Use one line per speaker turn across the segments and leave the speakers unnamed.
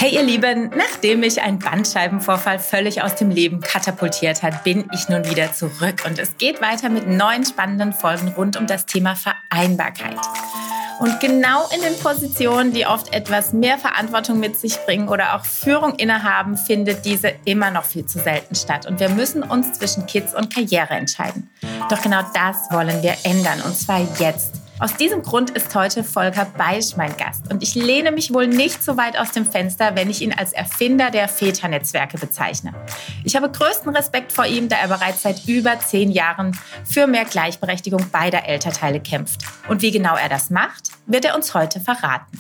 Hey ihr Lieben, nachdem mich ein Bandscheibenvorfall völlig aus dem Leben katapultiert hat, bin ich nun wieder zurück und es geht weiter mit neuen spannenden Folgen rund um das Thema Vereinbarkeit. Und genau in den Positionen, die oft etwas mehr Verantwortung mit sich bringen oder auch Führung innehaben, findet diese immer noch viel zu selten statt. Und wir müssen uns zwischen Kids und Karriere entscheiden. Doch genau das wollen wir ändern, und zwar jetzt. Aus diesem Grund ist heute Volker Beisch mein Gast. Und ich lehne mich wohl nicht so weit aus dem Fenster, wenn ich ihn als Erfinder der Väternetzwerke bezeichne. Ich habe größten Respekt vor ihm, da er bereits seit über 10 Jahren für mehr Gleichberechtigung beider Elternteile kämpft. Und wie genau er das macht, wird er uns heute verraten.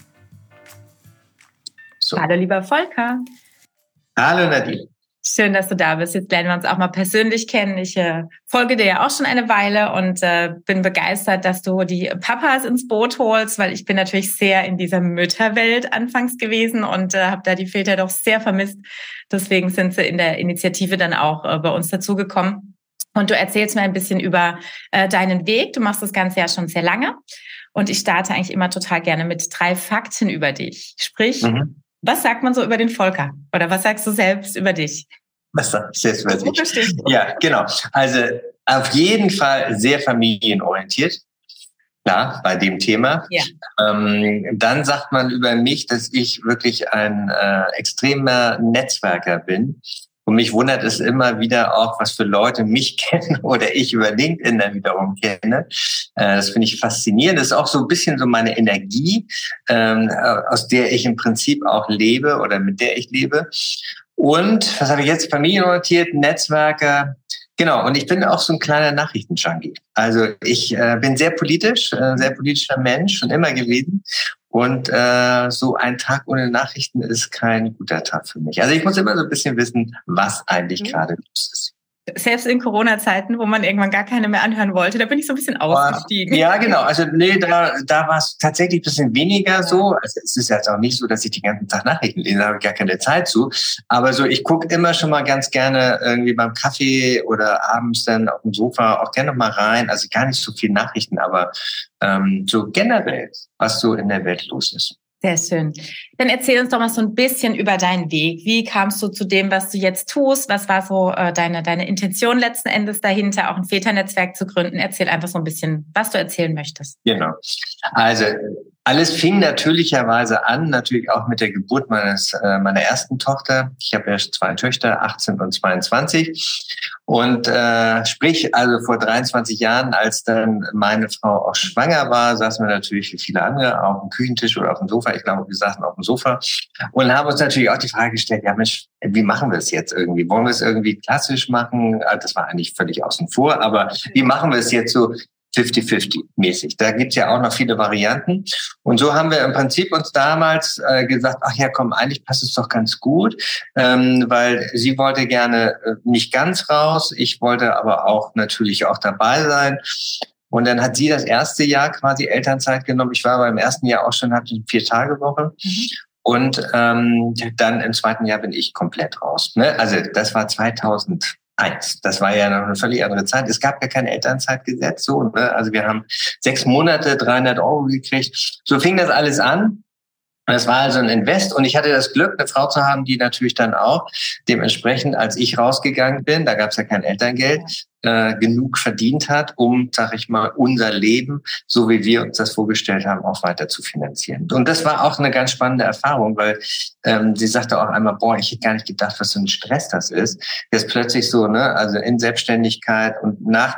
So. Hallo lieber Volker.
Hallo Nadine.
Schön, dass du da bist. Jetzt lernen wir uns auch mal persönlich kennen. Ich folge dir ja auch schon eine Weile und bin begeistert, dass du die Papas ins Boot holst, weil ich bin natürlich sehr in dieser Mütterwelt anfangs gewesen und habe da die Väter doch sehr vermisst. Deswegen sind sie in der Initiative dann auch bei uns dazugekommen. Und du erzählst mir ein bisschen über deinen Weg. Du machst das Ganze ja schon sehr lange. Und ich starte eigentlich immer total gerne mit 3 Fakten über dich. Sprich, was sagt man so über den Volker? Oder was sagst du selbst über dich?
Was sagst du jetzt über dich? Ja, genau. Also auf jeden Fall sehr familienorientiert. Klar, bei dem Thema. Ja. Dann sagt man über mich, dass ich wirklich ein extremer Netzwerker bin. Und mich wundert es immer wieder auch, was für Leute mich kennen oder ich über LinkedIn dann wiederum kenne. Das finde ich faszinierend. Das ist auch so ein bisschen so meine Energie, aus der ich im Prinzip auch lebe oder mit der ich lebe. Und was habe ich jetzt? Familienorientiert, Netzwerker. Genau, und ich bin auch so ein kleiner Nachrichtenjunkie. Also ich bin sehr politischer Mensch, schon immer gewesen. Und so ein Tag ohne Nachrichten ist kein guter Tag für mich. Also ich muss immer so ein bisschen wissen, was eigentlich gerade los ist.
Selbst in Corona-Zeiten, wo man irgendwann gar keine mehr anhören wollte, da bin ich so ein bisschen ausgestiegen.
Ja, genau. Also nee, da war es tatsächlich ein bisschen weniger so. Also es ist jetzt auch nicht so, dass ich den ganzen Tag Nachrichten lese, da habe ich gar keine Zeit zu. Aber so, ich gucke immer schon mal ganz gerne irgendwie beim Kaffee oder abends dann auf dem Sofa auch gerne noch mal rein. Also gar nicht so viel Nachrichten, aber so generell, was so in der Welt los ist.
Sehr schön. Dann erzähl uns doch mal so ein bisschen über deinen Weg. Wie kamst du zu dem, was du jetzt tust? Was war so deine Intention letzten Endes dahinter, auch ein Väternetzwerk zu gründen? Erzähl einfach so ein bisschen, was du erzählen möchtest.
Genau. Also alles fing natürlicherweise an, natürlich auch mit der Geburt meiner ersten Tochter. Ich habe ja 2 Töchter, 18 und 22. Und sprich, also vor 23 Jahren, als dann meine Frau auch schwanger war, saßen wir natürlich wie viele andere auf dem Küchentisch oder auf dem Sofa. Ich glaube, wir saßen auf dem Sofa und haben uns natürlich auch die Frage gestellt, ja Mensch, wie machen wir es jetzt irgendwie? Wollen wir es irgendwie klassisch machen? Das war eigentlich völlig außen vor, aber wie machen wir es jetzt so 50-50-mäßig. Da gibt's ja auch noch viele Varianten. Und so haben wir im Prinzip uns damals gesagt, ach ja, komm, eigentlich passt es doch ganz gut, weil sie wollte gerne nicht ganz raus, ich wollte aber auch natürlich auch dabei sein. Und dann hat sie das erste Jahr quasi Elternzeit genommen. Ich war aber im ersten Jahr auch schon, hatte eine 4-Tage-Woche. Und dann im zweiten Jahr bin ich komplett raus. Ne? Also das war 2001. Das war ja noch eine völlig andere Zeit. Es gab ja kein Elternzeitgesetz. So, ne? Also wir haben 6 Monate, 300 € gekriegt. So fing das alles an. Das war also ein Invest und ich hatte das Glück, eine Frau zu haben, die natürlich dann auch dementsprechend, als ich rausgegangen bin, da gab es ja kein Elterngeld, genug verdient hat, um, sag ich mal, unser Leben, so wie wir uns das vorgestellt haben, auch weiter zu finanzieren. Und das war auch eine ganz spannende Erfahrung, weil sie sagte auch einmal, boah, ich hätte gar nicht gedacht, was für ein Stress das ist. Jetzt plötzlich so, ne, also in Selbstständigkeit und nach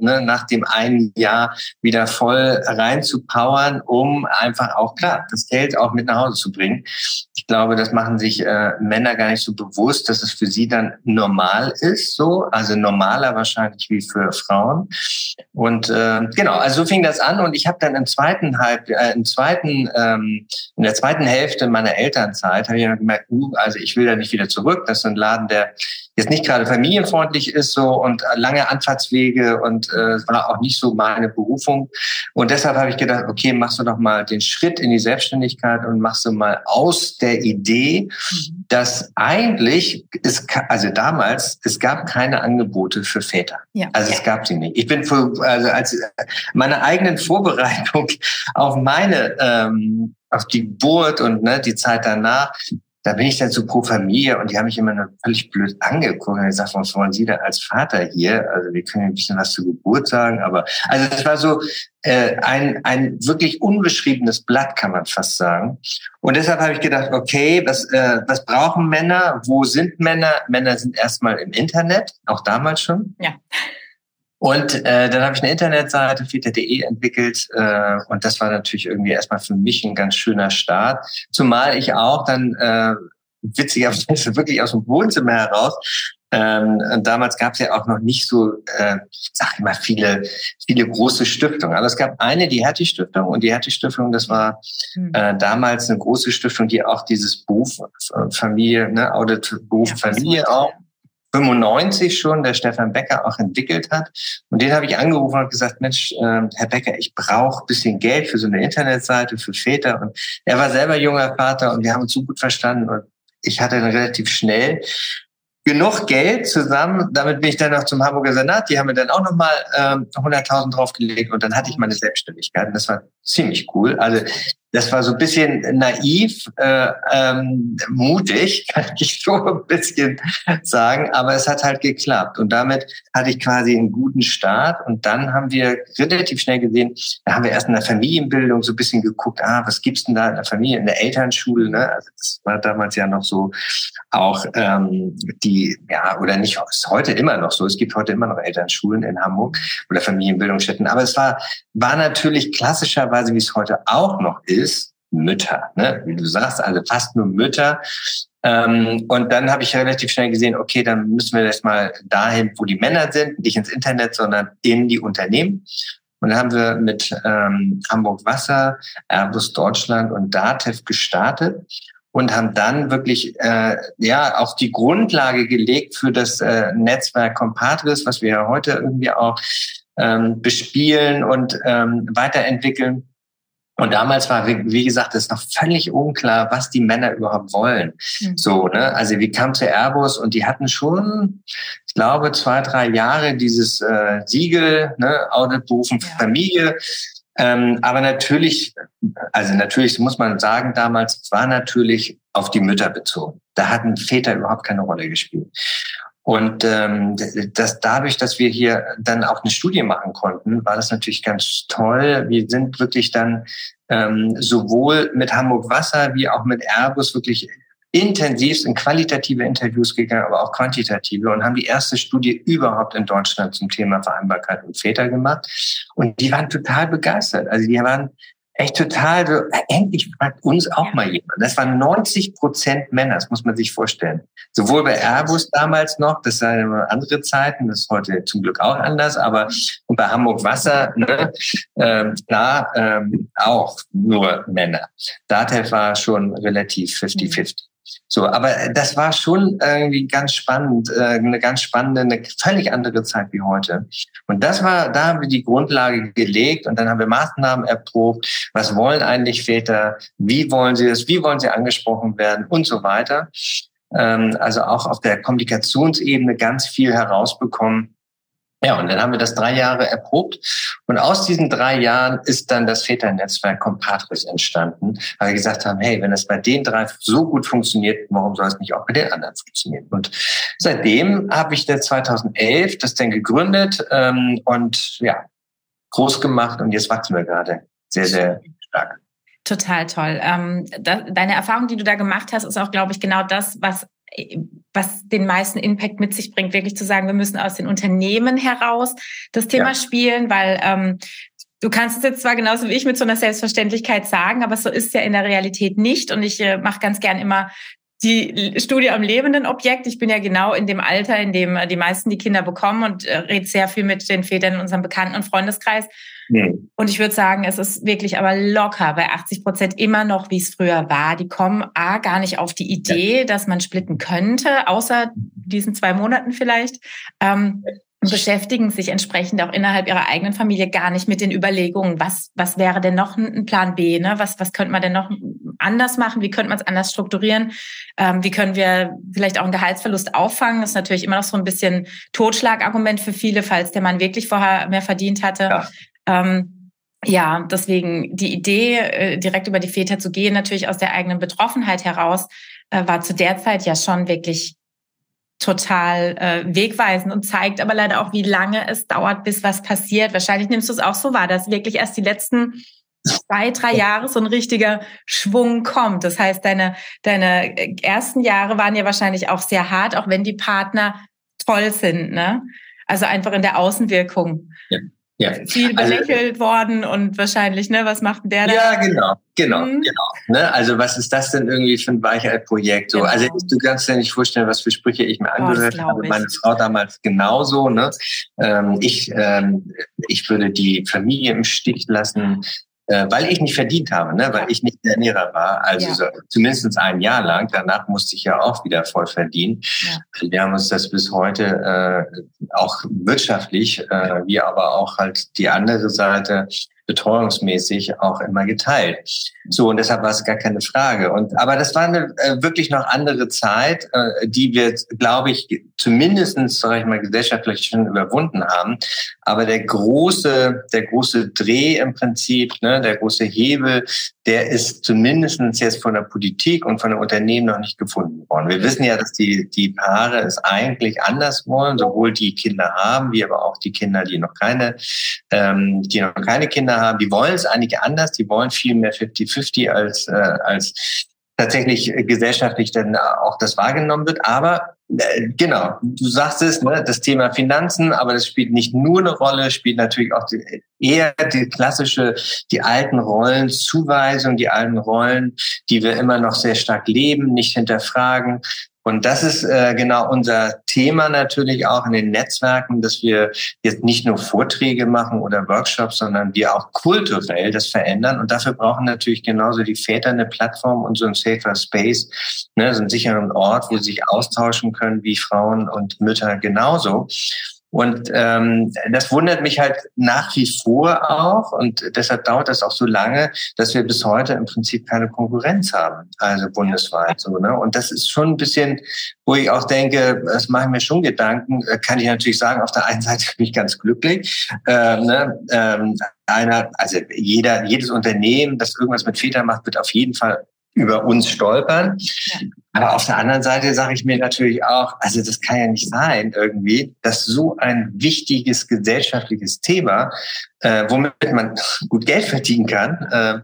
dem einen Jahr wieder voll rein zu powern, um einfach auch, klar, das Geld auch mit nach Hause zu bringen. Ich glaube, das machen sich Männer gar nicht so bewusst, dass es für sie dann normal ist, so, also normaler wahrscheinlich wie für Frauen. Und genau, also so fing das an und ich habe dann in der zweiten Hälfte meiner Elternzeit habe ich dann gemerkt, also ich will da nicht wieder zurück. Das ist ein Laden, der jetzt nicht gerade familienfreundlich ist so und lange Anfahrtswege und es war auch nicht so meine Berufung. Und deshalb habe ich gedacht, okay, machst du doch mal den Schritt in die Selbstständigkeit und machst du mal aus der Idee, dass eigentlich es gab keine Angebote für Väter. Ja. Also es gab sie nicht. Ich bin als meine eigenen Vorbereitung auf auf die Geburt und die Zeit danach, da bin ich dann zu Pro Familie und die haben mich immer nur völlig blöd angeguckt und gesagt, was wollen Sie denn als Vater hier? Also wir können ein bisschen was zur Geburt sagen, aber also das war so ein wirklich unbeschriebenes Blatt, kann man fast sagen. Und deshalb habe ich gedacht, okay, was brauchen Männer? Wo sind Männer? Männer sind erstmal im Internet, auch damals schon.
Ja.
Und dann habe ich eine Internetseite, väter.de, entwickelt. Und das war natürlich irgendwie erstmal für mich ein ganz schöner Start. Zumal ich auch dann witzigerweise wirklich aus dem Wohnzimmer heraus, und damals gab es ja auch noch nicht so, sag ich mal, viele große Stiftungen. Aber es gab eine, die Hertie-Stiftung. Und die Hertie-Stiftung, das war damals eine große Stiftung, die auch dieses Beruf Familie, ne, Audit Beruf Familie auch 95 schon der Stefan Becker auch entwickelt hat. Und den habe ich angerufen und gesagt, Mensch, Herr Becker, ich brauche ein bisschen Geld für so eine Internetseite für Väter. Und er war selber junger Vater und wir haben uns so gut verstanden. Und ich hatte dann relativ schnell genug Geld zusammen. Damit bin ich dann noch zum Hamburger Senat. Die haben mir dann auch nochmal 100.000 draufgelegt. Und dann hatte ich meine Selbstständigkeit. Und das war ziemlich cool. Also das war so ein bisschen naiv, mutig, kann ich so ein bisschen sagen. Aber es hat halt geklappt. Und damit hatte ich quasi einen guten Start. Und dann haben wir relativ schnell gesehen, da haben wir erst in der Familienbildung so ein bisschen geguckt, was gibt's denn da in der Familie, in der Elternschule, ne? Also das war damals ja noch so auch oder nicht, ist heute immer noch so. Es gibt heute immer noch Elternschulen in Hamburg oder Familienbildungsstätten. Aber es war natürlich klassischerweise, wie es heute auch noch ist, Mütter, ne? Wie du sagst, also fast nur Mütter. Und dann habe ich relativ schnell gesehen, okay, dann müssen wir jetzt mal dahin, wo die Männer sind, nicht ins Internet, sondern in die Unternehmen. Und dann haben wir mit Hamburg Wasser, Airbus Deutschland und DATEV gestartet und haben dann wirklich auch die Grundlage gelegt für das Netzwerk Compadres, was wir ja heute irgendwie auch bespielen und weiterentwickeln. Und damals war, wie gesagt, es noch völlig unklar, was die Männer überhaupt wollen. So, ne? Also wir kamen zu Airbus und die hatten schon, ich glaube, 2-3 Jahre dieses Siegel, ne, Auditberufen für Familie. Aber natürlich muss man sagen, damals war natürlich auf die Mütter bezogen. Da hatten Väter überhaupt keine Rolle gespielt. Und dadurch, dass wir hier dann auch eine Studie machen konnten, war das natürlich ganz toll. Wir sind wirklich dann sowohl mit Hamburg Wasser wie auch mit Airbus wirklich intensivst in qualitative Interviews gegangen, aber auch quantitative und haben die erste Studie überhaupt in Deutschland zum Thema Vereinbarkeit und Väter gemacht. Und die waren total begeistert. Also die waren echt total so, endlich fragt uns auch mal jemand. Das waren 90% Männer, das muss man sich vorstellen. Sowohl bei Airbus damals noch, das waren andere Zeiten, das ist heute zum Glück auch anders, aber und bei Hamburg Wasser, ne, auch nur Männer. DATEV war schon relativ 50-50. So, aber das war schon irgendwie ganz spannend, eine ganz spannende, eine völlig andere Zeit wie heute. Und da haben wir die Grundlage gelegt und dann haben wir Maßnahmen erprobt. Was wollen eigentlich Väter? Wie wollen sie es? Wie wollen sie angesprochen werden? Und so weiter. Also auch auf der Kommunikationsebene ganz viel herausbekommen. Ja, und dann haben wir das 3 Jahre erprobt. Und aus diesen 3 Jahren ist dann das Väternetzwerk Compadres entstanden, weil wir gesagt haben, hey, wenn es bei den 3 so gut funktioniert, warum soll es nicht auch bei den anderen funktionieren? Und seitdem habe ich 2011 das dann gegründet und ja, groß gemacht und jetzt wachsen wir gerade sehr, sehr stark.
Total toll. Deine Erfahrung, die du da gemacht hast, ist auch, glaube ich, genau das, was den meisten Impact mit sich bringt, wirklich zu sagen, wir müssen aus den Unternehmen heraus das Thema spielen, weil du kannst es jetzt zwar genauso wie ich mit so einer Selbstverständlichkeit sagen, aber so ist es ja in der Realität nicht. Und ich mache ganz gern immer die Studie am lebenden Objekt. Ich bin ja genau in dem Alter, in dem die meisten die Kinder bekommen und rede sehr viel mit den Vätern in unserem Bekannten- und Freundeskreis. Und ich würde sagen, es ist wirklich aber locker bei 80% immer noch, wie es früher war. Die kommen gar nicht auf die Idee, dass man splitten könnte, außer diesen 2 Monaten vielleicht. Und beschäftigen sich entsprechend auch innerhalb ihrer eigenen Familie gar nicht mit den Überlegungen, was wäre denn noch ein Plan B, ne? Was könnte man denn noch anders machen? Wie könnte man es anders strukturieren? Wie können wir vielleicht auch einen Gehaltsverlust auffangen? Das ist natürlich immer noch so ein bisschen Totschlagargument für viele, falls der Mann wirklich vorher mehr verdient hatte. Ja, deswegen die Idee, direkt über die Väter zu gehen, natürlich aus der eigenen Betroffenheit heraus, war zu der Zeit ja schon wirklich total wegweisend und zeigt aber leider auch, wie lange es dauert, bis was passiert. Wahrscheinlich nimmst du es auch so wahr, dass wirklich erst die letzten 2-3 Jahre so ein richtiger Schwung kommt. Das heißt, deine ersten Jahre waren ja wahrscheinlich auch sehr hart, auch wenn die Partner toll sind, ne? Also einfach in der Außenwirkung.
Ja.
Viel belächelt worden und wahrscheinlich, ne, was macht denn der da?
Ja, genau. Ne? Also was ist das denn irgendwie für ein Weichheit-Projekt? So, also du kannst dir nicht vorstellen, was für Sprüche ich mir angehört habe. Meine Frau damals genauso. Ne? Ich würde die Familie im Stich lassen, weil ich nicht verdient habe, ne? Weil ich nicht der Ernährer war. Also so, zumindest ein Jahr lang. Danach musste ich ja auch wieder voll verdienen. Ja. Wir haben uns das bis heute auch wirtschaftlich, wie aber auch halt die andere Seite betreuungsmäßig auch immer geteilt. So, und deshalb war es gar keine Frage. Aber das war eine wirklich noch andere Zeit, die wir, glaube ich, zumindestens, sage ich mal, gesellschaftlich schon überwunden haben. Aber der große Dreh im Prinzip, ne, der große Hebel, der ist zumindestens jetzt von der Politik und von den Unternehmen noch nicht gefunden worden. Wir wissen ja, dass die Paare es eigentlich anders wollen, sowohl die Kinder haben, wie aber auch die Kinder, die noch keine Kinder haben. Die wollen es eigentlich anders. Die wollen viel mehr 50-50 als tatsächlich gesellschaftlich dann auch das wahrgenommen wird. Aber genau, du sagst es, ne, das Thema Finanzen, aber das spielt nicht nur eine Rolle, spielt natürlich auch eher die alten Rollenzuweisungen, die alten Rollen, die wir immer noch sehr stark leben, nicht hinterfragen. Und das ist genau unser Thema natürlich auch in den Netzwerken, dass wir jetzt nicht nur Vorträge machen oder Workshops, sondern wir auch kulturell das verändern. Und dafür brauchen natürlich genauso die Väter eine Plattform und so ein safer Space, ne, so einen sicheren Ort, wo sie sich austauschen können, wie Frauen und Mütter genauso. Und das wundert mich halt nach wie vor auch und deshalb dauert das auch so lange, dass wir bis heute im Prinzip keine Konkurrenz haben, also bundesweit so, ne? Und das ist schon ein bisschen, wo ich auch denke, das machen mir schon Gedanken. Kann ich natürlich sagen, auf der einen Seite bin ich ganz glücklich, jedes Unternehmen, das irgendwas mit Vätern macht, wird auf jeden Fall über uns stolpern. Ja. Aber auf der anderen Seite sage ich mir natürlich auch, also das kann ja nicht sein irgendwie, dass so ein wichtiges gesellschaftliches Thema, womit man gut Geld verdienen kann,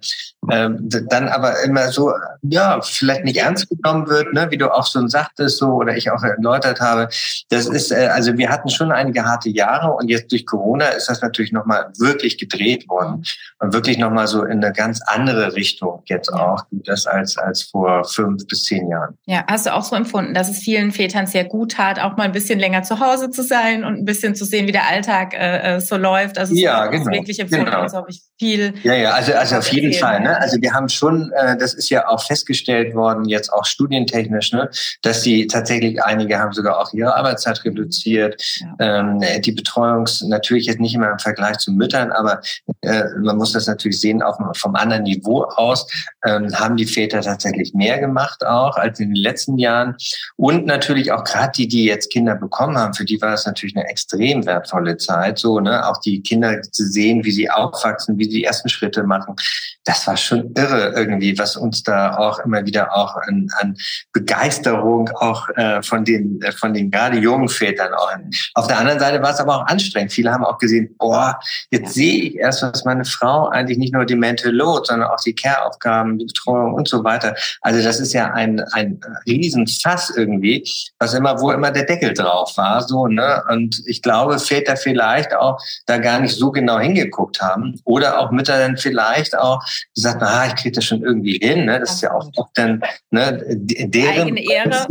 dann aber immer so, ja, vielleicht nicht ernst genommen wird, ne, wie du auch schon sagtest, so, oder ich auch erläutert habe. Das ist, also wir hatten schon einige harte Jahre und jetzt durch Corona ist das natürlich nochmal wirklich gedreht worden und wirklich nochmal so in eine ganz andere Richtung jetzt auch, das als vor 5 bis 10 Jahren.
Ja, hast du auch so empfunden, dass es vielen Vätern sehr gut tat, auch mal ein bisschen länger zu Hause zu sein und ein bisschen zu sehen, wie der Alltag so läuft? Also
ja, genau.
Wirklich empfunden, also habe ich viel.
Ja, also auf jeden Fall. Ne? Also wir haben schon, das ist ja auch festgestellt worden, jetzt auch studientechnisch, ne, dass die tatsächlich, einige haben sogar auch ihre Arbeitszeit reduziert. Ja. Die Betreuung natürlich jetzt nicht immer im Vergleich zu Müttern, aber man muss das natürlich sehen, auch vom anderen Niveau aus, haben die Väter tatsächlich mehr gemacht auch als in den letzten Jahren. Und natürlich auch gerade die jetzt Kinder bekommen haben, für die war es natürlich eine extrem wertvolle Zeit, so, ne, auch die Kinder zu sehen, wie sie aufwachsen, wie sie die ersten Schritte machen. Das war schon irre irgendwie, was uns da auch immer wieder auch an Begeisterung auch von den gerade jungen Vätern auch. Auf der anderen Seite war es aber auch anstrengend. Viele haben auch gesehen, jetzt sehe ich erst, was meine Frau eigentlich nicht nur die Mental Load, sondern auch die Care-Aufgaben, die Betreuung und so weiter. Also das ist ja ein Riesenfass irgendwie, wo immer der Deckel drauf war, so, ne? Und ich glaube, Väter vielleicht auch da gar nicht so genau hingeguckt haben oder auch Mütter dann vielleicht auch gesagt, ich kriege das schon irgendwie hin, ne? Das ist ja auch dann, ne, deren
eigene Ehre.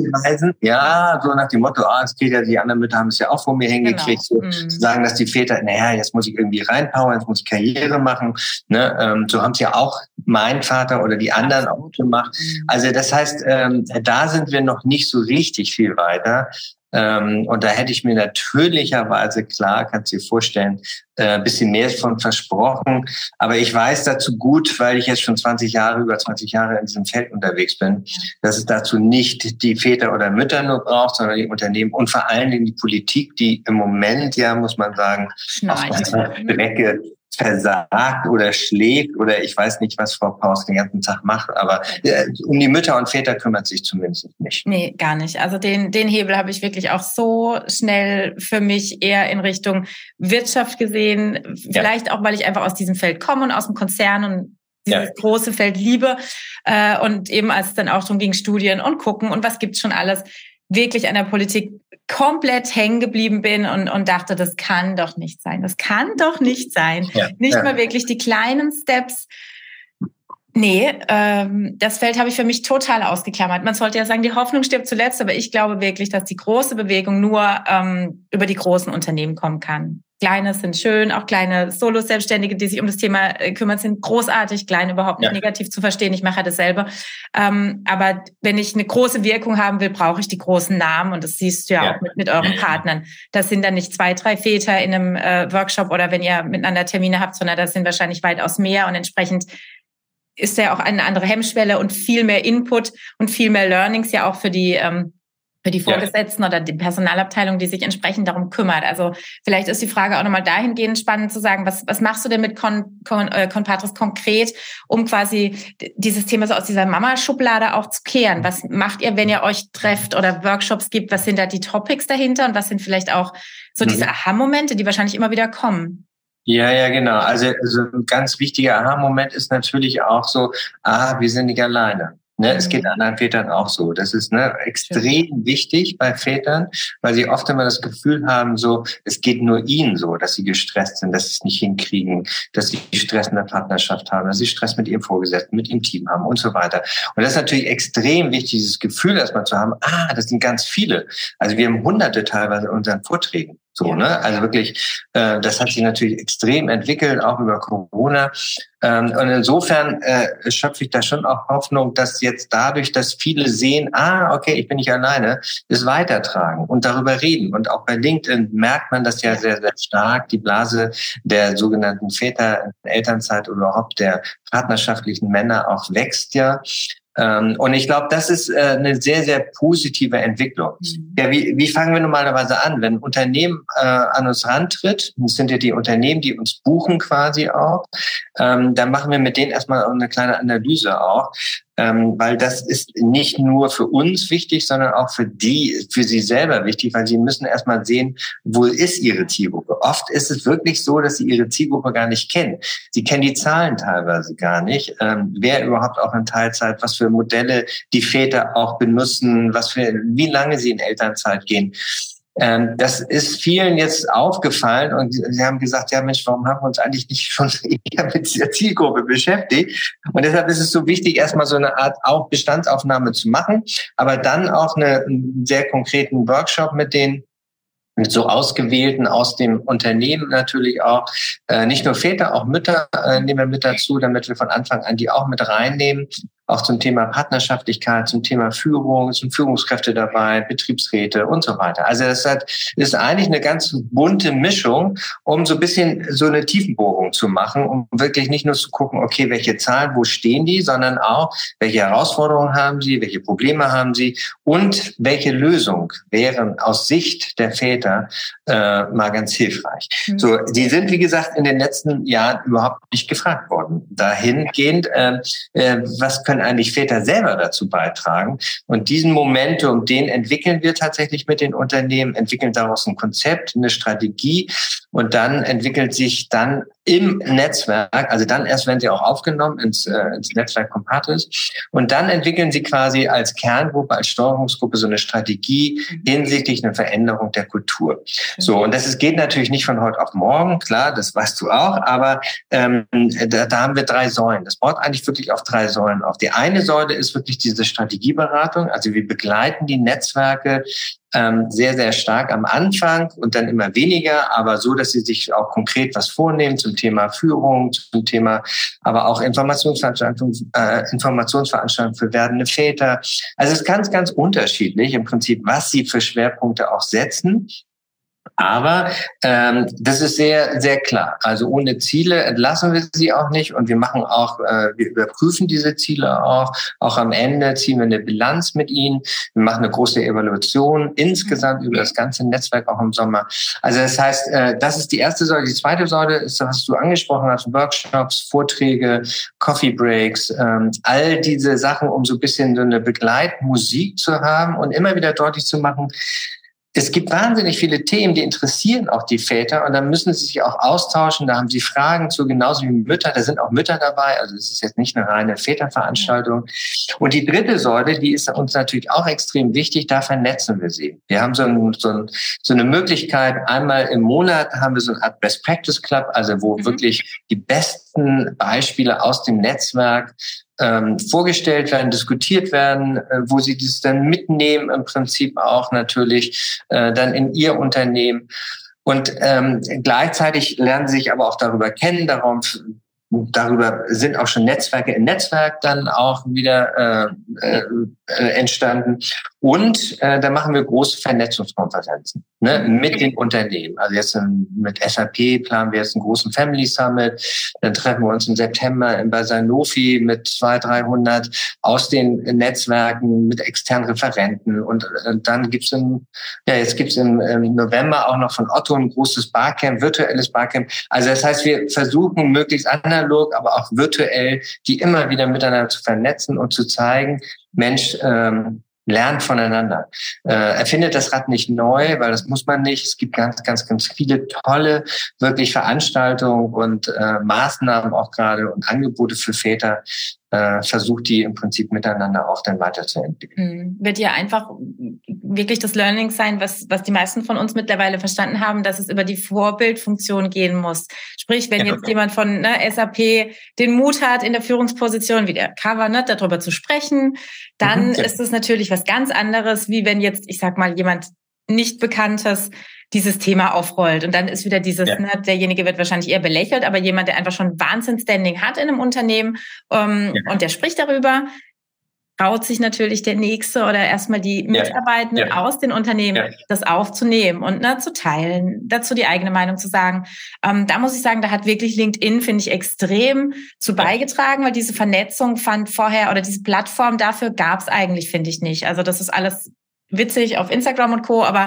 Ja, so nach dem Motto, das geht ja, die anderen Mütter haben es ja auch vor mir hingekriegt, so zu sagen, dass die Väter, jetzt muss ich irgendwie reinpowern, jetzt muss ich Karriere machen, ne? So haben es ja auch mein Vater oder die anderen auch gemacht. Also das heißt, da sind wir noch nicht so richtig viel weiter. Und da hätte ich mir natürlicherweise, klar, kannst du dir vorstellen, ein bisschen mehr von versprochen. Aber ich weiß dazu gut, weil ich jetzt schon über 20 Jahre in diesem Feld unterwegs bin, dass es dazu nicht die Väter oder Mütter nur braucht, sondern die Unternehmen und vor allen Dingen die Politik, die im Moment, muss man sagen, auf der Strecke versagt oder schläft oder ich weiß nicht, was Frau Paus den ganzen Tag macht, aber um die Mütter und Väter kümmert sich zumindest nicht.
Nee, gar nicht. Also den Hebel habe ich wirklich auch so schnell für mich eher in Richtung Wirtschaft gesehen. Vielleicht auch, weil ich einfach aus diesem Feld komme und aus dem Konzern und dieses große Feld liebe. Und eben als es dann auch darum ging, Studien und gucken und was gibt's schon alles, wirklich an der Politik komplett hängen geblieben bin und dachte, das kann doch nicht sein. Das kann doch nicht sein. Nicht mal wirklich die kleinen Steps. Nee, das Feld habe ich für mich total ausgeklammert. Man sollte ja sagen, die Hoffnung stirbt zuletzt, aber ich glaube wirklich, dass die große Bewegung nur über die großen Unternehmen kommen kann. Kleine sind schön, auch kleine Solo-Selbstständige, die sich um das Thema kümmern, sind großartig, klein überhaupt nicht negativ zu verstehen. Ich mache dasselbe. Aber wenn ich eine große Wirkung haben will, brauche ich die großen Namen. Und das siehst du ja auch mit euren Partnern. Das sind dann nicht 2, 3 Väter in einem Workshop oder wenn ihr miteinander Termine habt, sondern das sind wahrscheinlich weitaus mehr. Und entsprechend ist ja auch eine andere Hemmschwelle und viel mehr Input und viel mehr Learnings ja auch für die Vorgesetzten oder die Personalabteilung, die sich entsprechend darum kümmert. Also vielleicht ist die Frage auch nochmal dahingehend spannend zu sagen, was machst du denn mit Conpatris konkret, um quasi dieses Thema so aus dieser Mama-Schublade auch zu kehren? Was macht ihr, wenn ihr euch trefft oder Workshops gibt? Was sind da die Topics dahinter und was sind vielleicht auch so diese Aha-Momente, die wahrscheinlich immer wieder kommen?
Ja, genau. Also ein ganz wichtiger Aha-Moment ist natürlich auch so, wir sind nicht alleine. Ne, es geht anderen Vätern auch so. Das ist extrem wichtig bei Vätern, weil sie oft immer das Gefühl haben, so es geht nur ihnen so, dass sie gestresst sind, dass sie es nicht hinkriegen, dass sie Stress in der Partnerschaft haben, dass sie Stress mit ihrem Vorgesetzten, mit ihrem Team haben und so weiter. Und das ist natürlich extrem wichtig, dieses Gefühl erstmal zu haben, das sind ganz viele. Also wir haben Hunderte teilweise in unseren Vorträgen. So, ne? Also wirklich, das hat sich natürlich extrem entwickelt, auch über Corona. Und insofern schöpfe ich da schon auch Hoffnung, dass jetzt dadurch, dass viele sehen, okay, ich bin nicht alleine, es weitertragen und darüber reden. Und auch bei LinkedIn merkt man das ja sehr, sehr stark. Die Blase der sogenannten Väter in Elternzeit oder überhaupt der partnerschaftlichen Männer auch wächst ja. Und ich glaube, das ist eine sehr, sehr positive Entwicklung. Ja, wie fangen wir normalerweise an? Wenn ein Unternehmen an uns rantritt, das sind ja die Unternehmen, die uns buchen quasi auch, dann machen wir mit denen erstmal eine kleine Analyse auch, weil das ist nicht nur für uns wichtig, sondern auch für sie selber wichtig, weil sie müssen erstmal sehen, wo ist ihre Zielgruppe. Oft ist es wirklich so, dass sie ihre Zielgruppe gar nicht kennen. Sie kennen die Zahlen teilweise gar nicht, wer überhaupt auch in Teilzeit, was für Modelle die Väter auch benutzen, wie lange sie in Elternzeit gehen. Das ist vielen jetzt aufgefallen und sie haben gesagt, ja Mensch, warum haben wir uns eigentlich nicht schon eher mit dieser Zielgruppe beschäftigt? Und deshalb ist es so wichtig, erstmal so eine Art auch Bestandsaufnahme zu machen, aber dann auch einen sehr konkreten Workshop mit so Ausgewählten aus dem Unternehmen natürlich auch, nicht nur Väter, auch Mütter nehmen wir mit dazu, damit wir von Anfang an die auch mit reinnehmen. Auch zum Thema Partnerschaftlichkeit, zum Thema Führung, zum Führungskräfte dabei, Betriebsräte und so weiter. Also das ist eigentlich eine ganz bunte Mischung, um so ein bisschen so eine Tiefenbohrung zu machen, um wirklich nicht nur zu gucken, okay, welche Zahlen, wo stehen die, sondern auch, welche Herausforderungen haben sie, welche Probleme haben sie und welche Lösung wären aus Sicht der Väter mal ganz hilfreich. So, die sind, wie gesagt, in den letzten Jahren überhaupt nicht gefragt worden. Dahingehend, was können eigentlich Väter selber dazu beitragen? Und diesen Momentum, den entwickeln wir tatsächlich mit den Unternehmen, entwickeln daraus ein Konzept, eine Strategie und dann entwickelt sich dann im Netzwerk, also dann erst werden sie auch aufgenommen ins Netzwerk Conpatris und dann entwickeln sie quasi als Kerngruppe, als Steuerungsgruppe so eine Strategie hinsichtlich einer Veränderung der Kultur. So, und geht natürlich nicht von heute auf morgen, klar, das weißt du auch, aber da haben wir 3 Säulen. Das baut eigentlich wirklich auf 3 Säulen auf. Die eine Säule ist wirklich diese Strategieberatung, also wir begleiten die Netzwerke sehr, sehr stark am Anfang und dann immer weniger, aber so, dass sie sich auch konkret was vornehmen zum Thema Führung, zum Thema aber auch Informationsveranstaltungen für werdende Väter. Also es ist ganz, ganz unterschiedlich im Prinzip, was sie für Schwerpunkte auch setzen. Aber das ist sehr, sehr klar. Also ohne Ziele entlassen wir sie auch nicht und wir machen auch, wir überprüfen diese Ziele auch. Auch am Ende ziehen wir eine Bilanz mit ihnen. Wir machen eine große Evaluation insgesamt über das ganze Netzwerk auch im Sommer. Also das heißt, das ist die erste Säule. Die zweite Säule ist, was du angesprochen hast, Workshops, Vorträge, Coffee Breaks, all diese Sachen, um so ein bisschen so eine Begleitmusik zu haben und immer wieder deutlich zu machen, es gibt wahnsinnig viele Themen, die interessieren auch die Väter und dann müssen sie sich auch austauschen. Da haben sie Fragen zu, genauso wie Mütter. Da sind auch Mütter dabei. Also es ist jetzt nicht eine reine Väterveranstaltung. Und die dritte Säule, die ist uns natürlich auch extrem wichtig. Da vernetzen wir sie. Wir haben so eine Möglichkeit. Einmal im Monat haben wir so eine Art Best Practice Club, also wo wirklich die besten Beispiele aus dem Netzwerk vorgestellt werden, diskutiert werden, wo sie das dann mitnehmen, im Prinzip auch natürlich dann in ihr Unternehmen. Und gleichzeitig lernen sie sich aber auch darüber kennen, darüber sind auch schon Netzwerke im Netzwerk dann auch wieder entstanden. Und da machen wir große Vernetzungskonferenzen mit den Unternehmen. Also jetzt mit SAP planen wir jetzt einen großen Family Summit. Dann treffen wir uns im September bei Sanofi mit 200-300 aus den Netzwerken mit externen Referenten. Und dann jetzt gibt's im November auch noch von Otto ein großes Barcamp, virtuelles Barcamp. Also das heißt, wir versuchen möglichst analog, aber auch virtuell, die immer wieder miteinander zu vernetzen und zu zeigen, Mensch, lernt voneinander. Erfindet das Rad nicht neu, weil das muss man nicht. Es gibt ganz, ganz, ganz viele tolle, wirklich Veranstaltungen und Maßnahmen auch gerade und Angebote für Väter. Versucht die im Prinzip miteinander auch dann weiterzuentwickeln.
Wird ja einfach wirklich das Learning sein, was die meisten von uns mittlerweile verstanden haben, dass es über die Vorbildfunktion gehen muss. Sprich, wenn jetzt jemand von SAP den Mut hat, in der Führungsposition wie der Cover darüber zu sprechen, dann ist es natürlich was ganz anderes, wie wenn jetzt, ich sag mal, jemand nicht Bekanntes dieses Thema aufrollt. Und dann ist wieder dieses, derjenige wird wahrscheinlich eher belächelt, aber jemand, der einfach schon Wahnsinns-Standing hat in einem Unternehmen und der spricht darüber, traut sich natürlich der Nächste oder erstmal die Mitarbeitenden aus den Unternehmen, das aufzunehmen und zu teilen, dazu die eigene Meinung zu sagen. Da muss ich sagen, da hat wirklich LinkedIn, finde ich, extrem zu beigetragen, weil diese Vernetzung fand vorher oder diese Plattform dafür gab es eigentlich, finde ich, nicht. Also das ist alles witzig auf Instagram und Co., aber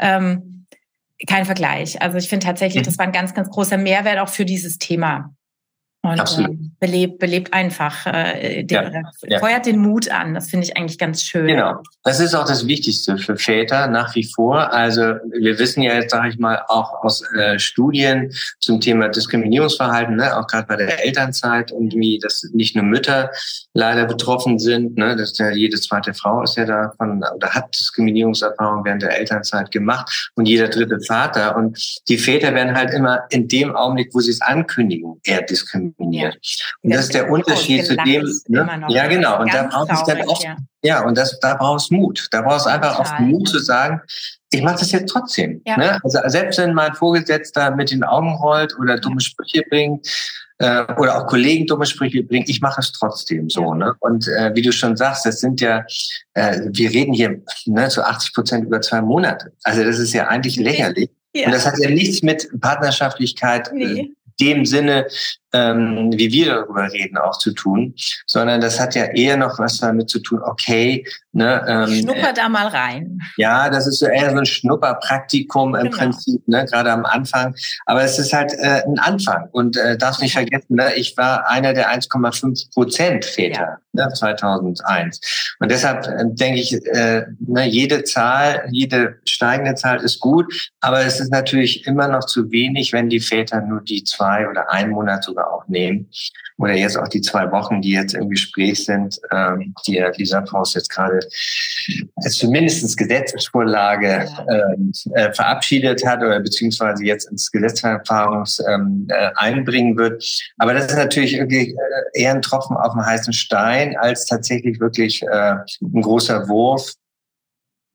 kein Vergleich. Also ich finde tatsächlich, das war ein ganz, ganz großer Mehrwert auch für dieses Thema. Und belebt einfach, feuert den Mut an. Das finde ich eigentlich ganz schön.
Genau. Das ist auch das Wichtigste für Väter nach wie vor. Also wir wissen ja jetzt, sage ich mal, auch aus Studien zum Thema Diskriminierungsverhalten, auch gerade bei der Elternzeit, irgendwie, dass nicht nur Mütter leider betroffen sind, dass ja jede zweite Frau ist ja davon oder hat Diskriminierungserfahrung während der Elternzeit gemacht und jeder dritte Vater. Und die Väter werden halt immer in dem Augenblick, wo sie es ankündigen, eher diskriminiert. Und das ist der Unterschied zu dem, ja genau, und da braucht es dann auch, da braucht es Mut. Da braucht es einfach auch Mut zu sagen, ich mache das jetzt trotzdem. Also selbst wenn mein Vorgesetzter mit den Augen rollt oder dumme Sprüche bringt, oder auch Kollegen dumme Sprüche bringen, ich mache es trotzdem so. Und wie du schon sagst, das sind ja, wir reden hier zu 80% über 2 Monate. Also das ist ja eigentlich lächerlich. Und das hat ja nichts mit Partnerschaftlichkeit dem Sinne, wie wir darüber reden, auch zu tun, sondern das hat ja eher noch was damit zu tun,
Schnupper da mal rein.
Ja, das ist so eher so ein Schnupperpraktikum im Prinzip, gerade am Anfang. Aber es ist halt ein Anfang und darfst nicht vergessen, ich war einer der 1,5% Väter 2001. Und deshalb denke ich, jede steigende Zahl ist gut, aber es ist natürlich immer noch zu wenig, wenn die Väter nur die 2 oder 1 Monat sogar auch nehmen. Oder jetzt auch die 2 Wochen, die jetzt im Gespräch sind, die Lisa Faust jetzt gerade als zumindest Gesetzesvorlage verabschiedet hat oder beziehungsweise jetzt ins Gesetzesverfahren einbringen wird. Aber das ist natürlich irgendwie eher ein Tropfen auf dem heißen Stein als tatsächlich wirklich ein großer Wurf.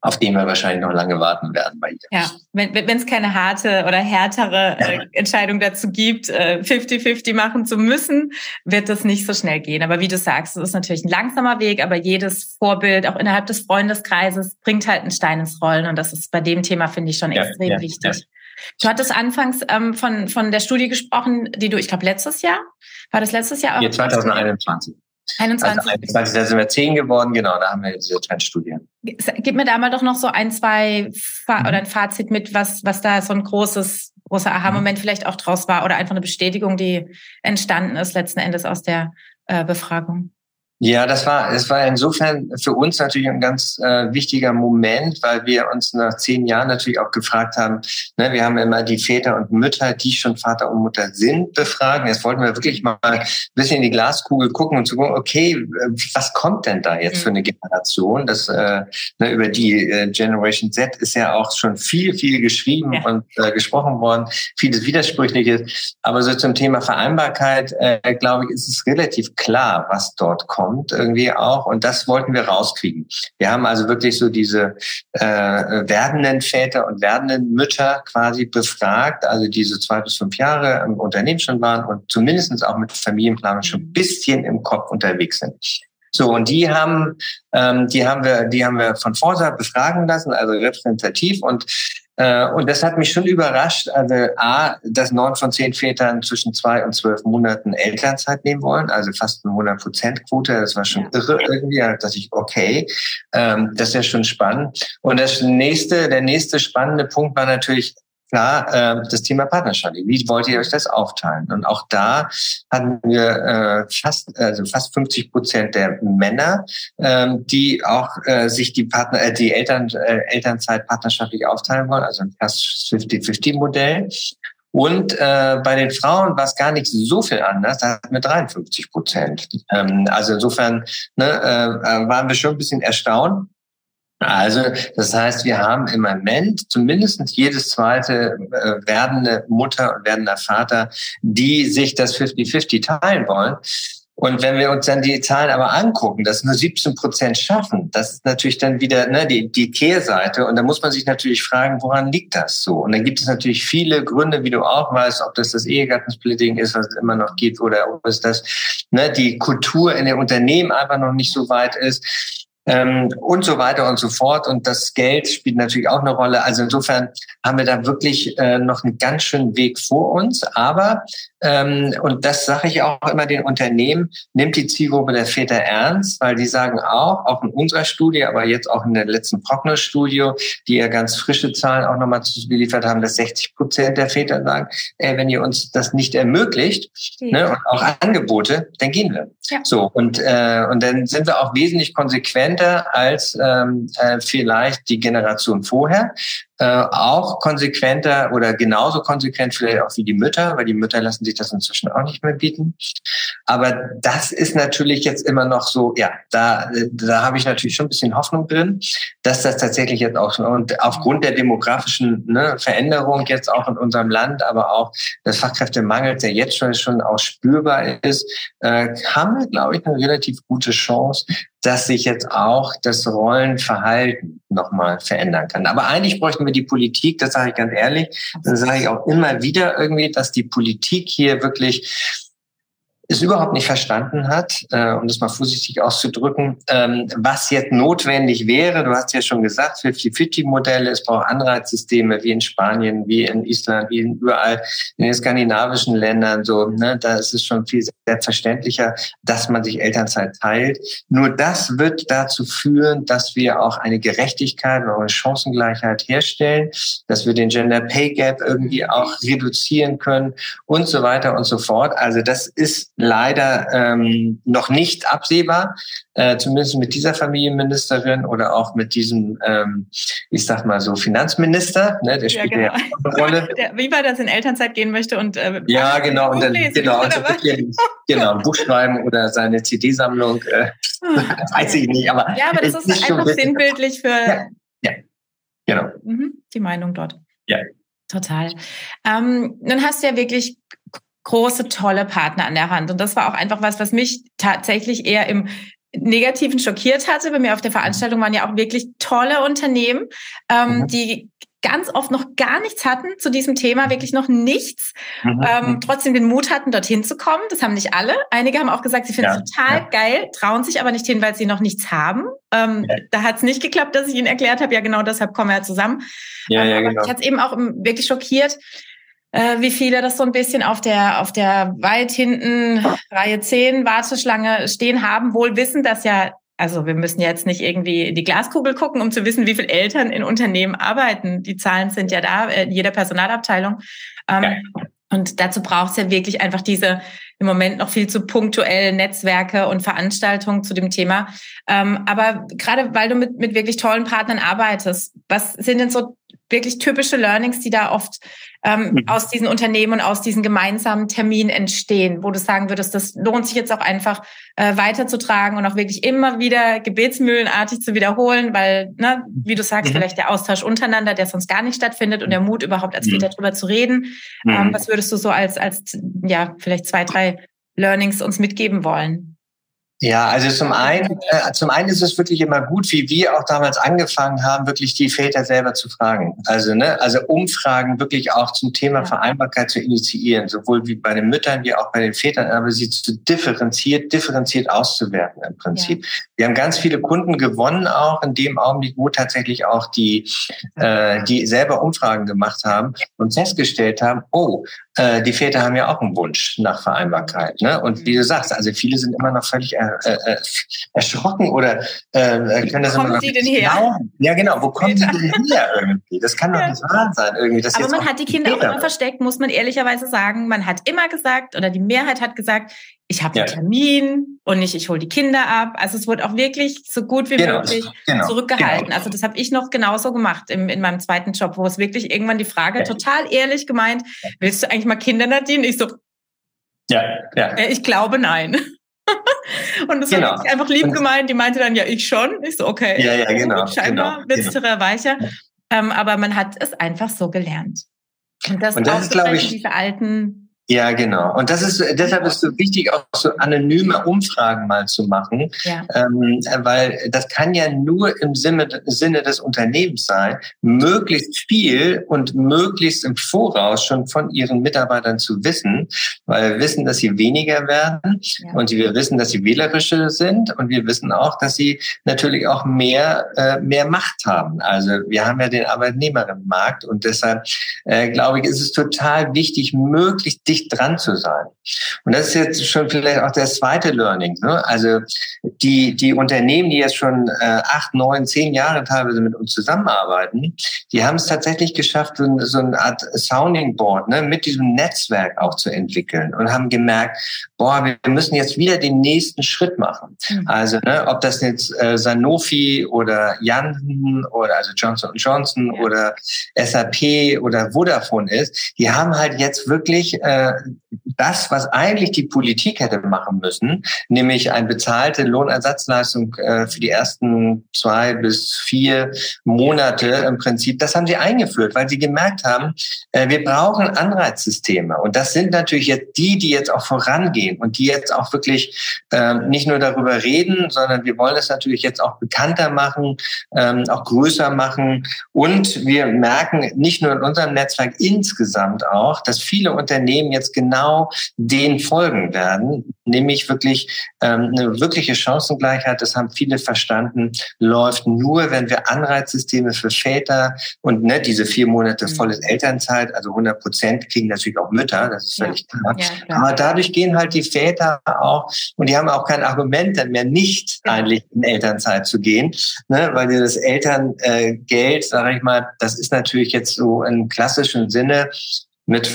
auf den wir wahrscheinlich noch lange warten werden bei ihr.
Ja, wenn es keine harte oder härtere Entscheidung dazu gibt, 50-50 machen zu müssen, wird das nicht so schnell gehen. Aber wie du sagst, es ist natürlich ein langsamer Weg, aber jedes Vorbild, auch innerhalb des Freundeskreises, bringt halt einen Stein ins Rollen. Und das ist bei dem Thema, finde ich, schon extrem wichtig. Ja. Du hattest anfangs von der Studie gesprochen, die du, ich glaube, letztes Jahr? War das letztes Jahr?
Ja, 2021.
21.
Also 21, da sind wir 10 geworden, genau, da haben wir diese Trendstudie.
Gib mir da mal doch noch so ein Fazit mit, was da so ein großer Aha-Moment vielleicht auch draus war oder einfach eine Bestätigung, die entstanden ist letzten Endes aus der Befragung.
Ja, es war insofern für uns natürlich ein ganz wichtiger Moment, weil wir uns nach 10 Jahren natürlich auch gefragt haben, ne, wir haben immer die Väter und Mütter, die schon Vater und Mutter sind, befragen. Jetzt wollten wir wirklich mal ein bisschen in die Glaskugel gucken und zu gucken, okay, was kommt denn da jetzt für eine Generation? Das über die Generation Z ist ja auch schon viel geschrieben und gesprochen worden, vieles Widersprüchliches. Aber so zum Thema Vereinbarkeit, glaube ich, ist es relativ klar, was dort kommt irgendwie auch. Und das wollten wir rauskriegen. Wir haben also wirklich so diese werdenden Väter und werdenden Mütter quasi befragt, also die so 2 bis 5 Jahre im Unternehmen schon waren und zumindest auch mit Familienplanung schon ein bisschen im Kopf unterwegs sind. So, und die haben wir von Forsa befragen lassen, also repräsentativ, und das hat mich schon überrascht, also dass 9 von 10 Vätern zwischen 2 und 12 Monaten Elternzeit nehmen wollen, also fast eine 100%-Quote, das war schon irre irgendwie, da dachte ich, okay, das ist ja schon spannend. Und der nächste spannende Punkt war natürlich, klar, das Thema Partnerschaft. Wie wollt ihr euch das aufteilen? Und auch da hatten wir fast 50% der Männer, die auch sich die Elternzeit partnerschaftlich aufteilen wollen, also ein fast 50-50-Modell. Und bei den Frauen war es gar nicht so viel anders, da hatten wir 53%. Also insofern waren wir schon ein bisschen erstaunt. Also, das heißt, wir haben im Moment zumindest jedes zweite werdende Mutter und werdender Vater, die sich das 50-50 teilen wollen. Und wenn wir uns dann die Zahlen aber angucken, dass nur 17% schaffen, das ist natürlich dann wieder die Kehrseite. Und da muss man sich natürlich fragen, woran liegt das so? Und dann gibt es natürlich viele Gründe, wie du auch weißt, ob das Ehegattensplitting ist, was es immer noch gibt, oder ob es die Kultur in den Unternehmen einfach noch nicht so weit ist. Und so weiter und so fort. Und das Geld spielt natürlich auch eine Rolle. Also insofern haben wir da wirklich noch einen ganz schönen Weg vor uns. Aber, und das sage ich auch immer den Unternehmen, nimmt die Zielgruppe der Väter ernst, weil die sagen auch in unserer Studie, aber jetzt auch in der letzten Prognos-Studie, die ja ganz frische Zahlen auch nochmal geliefert haben, dass 60% der Väter sagen, wenn ihr uns das nicht ermöglicht, und auch Angebote, dann gehen wir. Ja. So, und dann sind wir auch wesentlich konsequenter als vielleicht die Generation vorher. Auch konsequenter oder genauso konsequent vielleicht auch wie die Mütter, weil die Mütter lassen sich das inzwischen auch nicht mehr bieten. Aber das ist natürlich jetzt immer noch so, da habe ich natürlich schon ein bisschen Hoffnung drin, dass das tatsächlich jetzt auch, und aufgrund der demografischen Veränderung jetzt auch in unserem Land, aber auch des Fachkräftemangels, der jetzt schon auch spürbar ist, haben wir, glaube ich, eine relativ gute Chance, dass sich jetzt auch das Rollenverhalten nochmal verändern kann. Aber eigentlich bräuchten wir die Politik, das sage ich ganz ehrlich, das sage ich auch immer wieder irgendwie, dass die Politik hier wirklich es überhaupt nicht verstanden hat, um das mal vorsichtig auszudrücken, was jetzt notwendig wäre. Du hast ja schon gesagt, 50-50-Modelle, es braucht Anreizsysteme wie in Spanien, wie in Island, wie überall in den skandinavischen Ländern. Da ist es schon viel selbstverständlicher, dass man sich Elternzeit teilt. Nur das wird dazu führen, dass wir auch eine Gerechtigkeit und eine Chancengleichheit herstellen, dass wir den Gender Pay Gap irgendwie auch reduzieren können und so weiter und so fort. Also das ist leider noch nicht absehbar, zumindest mit dieser Familienministerin oder auch mit diesem, ich sag mal so, Finanzminister, der spielt ja eine Rolle.
Wie weit er in Elternzeit gehen möchte und
genau, Buch schreiben oder seine CD-Sammlung, weiß ich nicht, aber
aber das ist einfach sinnbildlich für
genau.
Die Meinung dort.
Ja.
Total. Nun hast du ja wirklich große, tolle Partner an der Hand. Und das war auch einfach was mich tatsächlich eher im Negativen schockiert hatte. Bei mir auf der Veranstaltung waren ja auch wirklich tolle Unternehmen, die ganz oft noch gar nichts hatten zu diesem Thema, wirklich noch nichts, trotzdem den Mut hatten, dorthin zu kommen. Das haben nicht alle. Einige haben auch gesagt, sie finden es total geil, trauen sich aber nicht hin, weil sie noch nichts haben. Da hat es nicht geklappt, dass ich ihnen erklärt habe, ja genau deshalb kommen wir ja zusammen. Aber genau. Mich hat es eben auch wirklich schockiert, wie viele das so ein bisschen auf der weit hinten Reihe 10 Warteschlange stehen haben, wohl wissen, dass ja, also wir müssen jetzt nicht irgendwie in die Glaskugel gucken, um zu wissen, wie viele Eltern in Unternehmen arbeiten. Die Zahlen sind ja da, in jeder Personalabteilung. Und dazu braucht es ja wirklich einfach diese im Moment noch viel zu punktuellen Netzwerke und Veranstaltungen zu dem Thema. Aber gerade weil du mit wirklich tollen Partnern arbeitest, was sind denn so wirklich typische Learnings, die da oft aus diesen Unternehmen und aus diesen gemeinsamen Terminen entstehen, wo du sagen würdest, das lohnt sich jetzt auch einfach weiterzutragen und auch wirklich immer wieder gebetsmühlenartig zu wiederholen, weil, ne, wie du sagst, vielleicht der Austausch untereinander, der sonst gar nicht stattfindet und der Mut überhaupt als Väter drüber zu reden. Was würdest du so als ja vielleicht 2, 3 Learnings uns mitgeben wollen?
Ja, also zum einen ist es wirklich immer gut, wie wir auch damals angefangen haben, wirklich die Väter selber zu fragen. Also Umfragen wirklich auch zum Thema Vereinbarkeit zu initiieren, sowohl wie bei den Müttern wie auch bei den Vätern, aber sie zu differenziert auszuwerten im Prinzip. Ja. Wir haben ganz viele Kunden gewonnen auch in dem Augenblick, wo tatsächlich auch die selber Umfragen gemacht haben und festgestellt haben, die Väter haben ja auch einen Wunsch nach Vereinbarkeit. Ne? Und wie du sagst, also viele sind immer noch völlig erschrocken oder können das immer noch nicht glauben. Ja, genau. Wo kommen die denn her irgendwie? Das kann doch nicht wahr sein irgendwie. Das
aber man hat die Kinder auch immer versteckt, muss man ehrlicherweise sagen. Man hat immer gesagt, oder die Mehrheit hat gesagt, ich habe einen Termin und nicht, ich hole die Kinder ab. Also es wurde auch wirklich so gut wie möglich zurückgehalten. Also das habe ich noch genauso gemacht in meinem zweiten Job, wo es wirklich irgendwann die Frage, total ehrlich gemeint, willst du eigentlich mal Kinder, Nadine? Ich so, ich glaube nein. Und das war wirklich einfach lieb gemeint. Die meinte dann, ja, ich schon. Ich so, okay.
Genau.
Scheinbar wird's weicher. Aber man hat es einfach so gelernt. Und das
ist, glaube ich,
diese alten...
Ja, genau. Und deshalb ist es so wichtig, auch so anonyme Umfragen mal zu machen, weil das kann ja nur im Sinne des Unternehmens sein, möglichst viel und möglichst im Voraus schon von ihren Mitarbeitern zu wissen, weil wir wissen, dass sie weniger werden und wir wissen, dass sie wählerischer sind und wir wissen auch, dass sie natürlich auch mehr Macht haben. Also wir haben ja den Arbeitnehmerinnenmarkt und deshalb glaube ich, ist es total wichtig, möglichst dicht dran zu sein. Und das ist jetzt schon vielleicht auch das zweite Learning. Ne? Also die Unternehmen, die jetzt schon 8, 9, 10 Jahre teilweise mit uns zusammenarbeiten, die haben es tatsächlich geschafft, so eine Art Sounding Board, ne, mit diesem Netzwerk auch zu entwickeln und haben gemerkt, wir müssen jetzt wieder den nächsten Schritt machen. Also ob das jetzt Sanofi oder Janssen oder also Johnson & Johnson oder SAP oder Vodafone ist, die haben halt jetzt wirklich das, was eigentlich die Politik hätte machen müssen, nämlich eine bezahlte Lohnersatzleistung für die ersten 2 bis 4 Monate im Prinzip, das haben sie eingeführt, weil sie gemerkt haben, wir brauchen Anreizsysteme. Und das sind natürlich jetzt die jetzt auch vorangehen und die jetzt auch wirklich nicht nur darüber reden, sondern wir wollen es natürlich jetzt auch bekannter machen, auch größer machen. Und wir merken nicht nur in unserem Netzwerk insgesamt auch, dass viele Unternehmen jetzt genau denen folgen werden, nämlich wirklich eine wirkliche Chancengleichheit, das haben viele verstanden, läuft nur, wenn wir Anreizsysteme für Väter und diese 4 Monate volles Elternzeit, also 100% kriegen natürlich auch Mütter, das ist völlig klar. Ja, klar. Aber dadurch gehen halt die Väter auch, und die haben auch kein Argument dann mehr, nicht eigentlich in Elternzeit zu gehen, ne, weil dieses Elterngeld, sage ich mal, das ist natürlich jetzt so im klassischen Sinne mit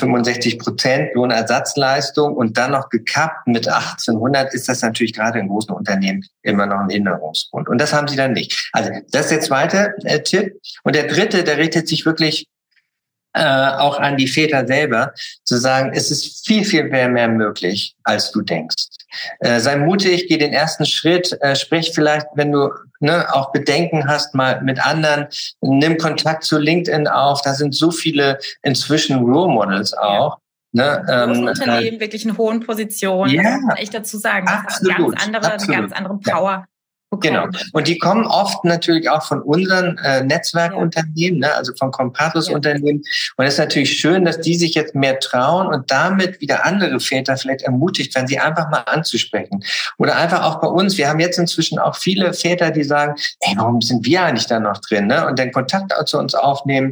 65% Lohnersatzleistung und dann noch gekappt mit 1800, ist das natürlich gerade in großen Unternehmen immer noch ein Hinderungsgrund. Und das haben sie dann nicht. Also das ist der zweite Tipp. Und der dritte, der richtet sich wirklich auch an die Väter selber, zu sagen, es ist viel, viel mehr möglich, als du denkst. Sei mutig, geh den ersten Schritt, sprich vielleicht, wenn du auch Bedenken hast, mal mit anderen, nimm Kontakt zu LinkedIn auf, da sind so viele inzwischen Role Models auch. Ne,
Unternehmen wirklich in hohen Positionen,
ja,
das muss man echt dazu sagen.
Absolut,
eine ganz andere Power.
Genau. Und die kommen oft natürlich auch von unseren Netzwerkunternehmen, ne, also von Comparis-Unternehmen. Und es ist natürlich schön, dass die sich jetzt mehr trauen und damit wieder andere Väter vielleicht ermutigt werden, sie einfach mal anzusprechen. Oder einfach auch bei uns. Wir haben jetzt inzwischen auch viele Väter, die sagen, ey, warum sind wir eigentlich da noch drin? Ne? Und den Kontakt zu uns aufnehmen,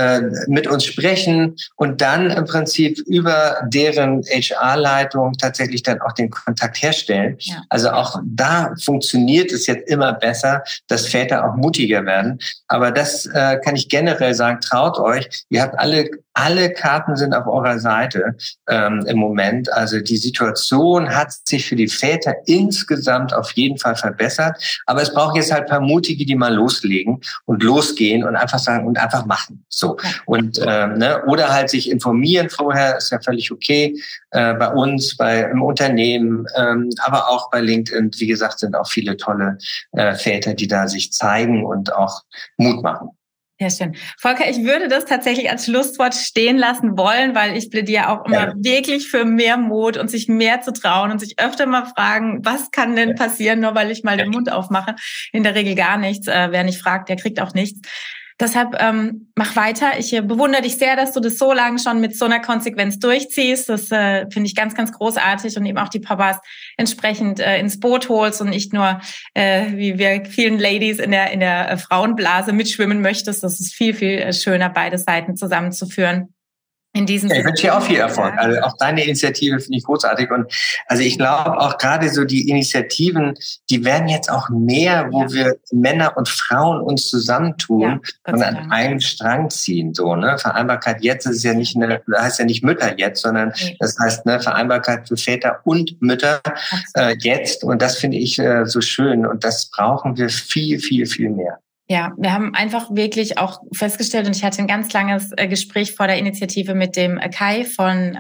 mit uns sprechen und dann im Prinzip über deren HR-Leitung tatsächlich dann auch den Kontakt herstellen. Ja. Also auch da funktioniert es jetzt immer besser, dass Väter auch mutiger werden. Aber das kann ich generell sagen, traut euch. Ihr habt alle Karten sind auf eurer Seite im Moment. Also die Situation hat sich für die Väter insgesamt auf jeden Fall verbessert. Aber es braucht jetzt halt ein paar Mutige, die mal loslegen und losgehen und einfach sagen und einfach machen. So. Und oder halt sich informieren vorher, ist ja völlig okay. Bei uns, im Unternehmen, aber auch bei LinkedIn, wie gesagt, sind auch viele tolle Väter, die da sich zeigen und auch Mut machen.
Ja, schön. Volker, ich würde das tatsächlich als Schlusswort stehen lassen wollen, weil ich plädiere auch immer wirklich für mehr Mut und sich mehr zu trauen und sich öfter mal fragen, was kann denn passieren, nur weil ich mal den Mund aufmache? In der Regel gar nichts. Wer nicht fragt, der kriegt auch nichts. Deshalb mach weiter. Ich bewundere dich sehr, dass du das so lange schon mit so einer Konsequenz durchziehst. Das finde ich ganz, ganz großartig und eben auch die Papas entsprechend ins Boot holst und nicht nur, wie wir vielen Ladies in der Frauenblase mitschwimmen möchtest. Das ist viel, viel schöner, beide Seiten zusammenzuführen. Ich
wünsche dir auch viel Erfolg. Also auch deine Initiative finde ich großartig. Und also ich glaube auch gerade so die Initiativen, die werden jetzt auch mehr, wo wir Männer und Frauen uns zusammentun und an einen Strang ziehen. So, ne? Vereinbarkeit jetzt ist ja nicht heißt ja nicht Mütter jetzt, sondern das heißt Vereinbarkeit für Väter und Mütter jetzt. Und das finde ich so schön. Und das brauchen wir viel, viel, viel mehr.
Ja, wir haben einfach wirklich auch festgestellt, und ich hatte ein ganz langes Gespräch vor der Initiative mit dem Kai von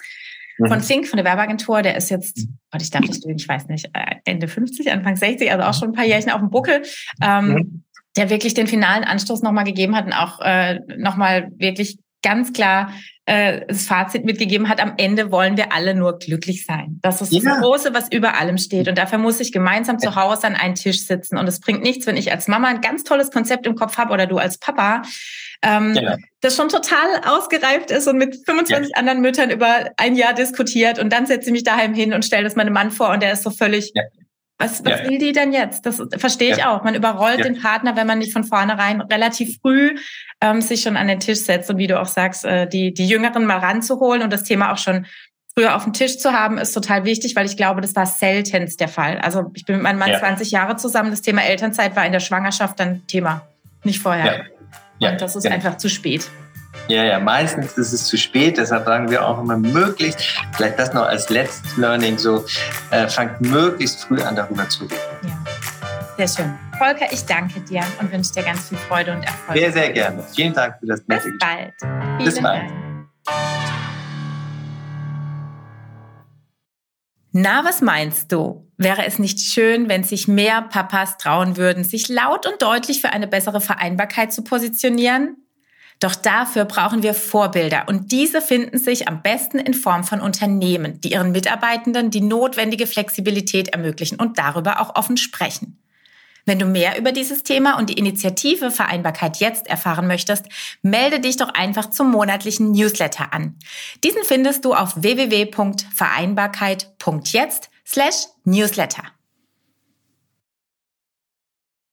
Think, von der Werbeagentur. Der ist jetzt, ich darf nicht lügen, ich weiß nicht, Ende 50, Anfang 60, also auch schon ein paar Jährchen auf dem Buckel, der wirklich den finalen Anstoß nochmal gegeben hat und auch nochmal wirklich ganz klar das Fazit mitgegeben hat, am Ende wollen wir alle nur glücklich sein. Das ist das Große, was über allem steht. Und dafür muss ich gemeinsam zu Hause an einen Tisch sitzen. Und es bringt nichts, wenn ich als Mama ein ganz tolles Konzept im Kopf habe oder du als Papa, das schon total ausgereift ist und mit 25 anderen Müttern über ein Jahr diskutiert. Und dann setze ich mich daheim hin und stelle das meinem Mann vor und der ist so völlig... Was will die denn jetzt? Das verstehe ich auch. Man überrollt den Partner, wenn man nicht von vornherein relativ früh sich schon an den Tisch setzt. Und wie du auch sagst, die Jüngeren mal ranzuholen und das Thema auch schon früher auf dem Tisch zu haben, ist total wichtig, weil ich glaube, das war seltenst der Fall. Also ich bin mit meinem Mann 20 Jahre zusammen. Das Thema Elternzeit war in der Schwangerschaft dann Thema, nicht vorher. Und das ist einfach zu spät.
Ja, meistens ist es zu spät, deshalb sagen wir auch immer möglichst, vielleicht das noch als letztes Learning so, fangt möglichst früh an, darüber zu reden.
Ja, sehr schön. Volker, ich danke dir und wünsche dir ganz viel Freude und Erfolg.
Sehr, sehr gerne. Vielen Dank für das nette
Gespräch.
Bis bald.
Na, was meinst du? Wäre es nicht schön, wenn sich mehr Papas trauen würden, sich laut und deutlich für eine bessere Vereinbarkeit zu positionieren? Doch dafür brauchen wir Vorbilder und diese finden sich am besten in Form von Unternehmen, die ihren Mitarbeitenden die notwendige Flexibilität ermöglichen und darüber auch offen sprechen. Wenn du mehr über dieses Thema und die Initiative Vereinbarkeit jetzt erfahren möchtest, melde dich doch einfach zum monatlichen Newsletter an. Diesen findest du auf www.vereinbarkeit.jetzt/Newsletter.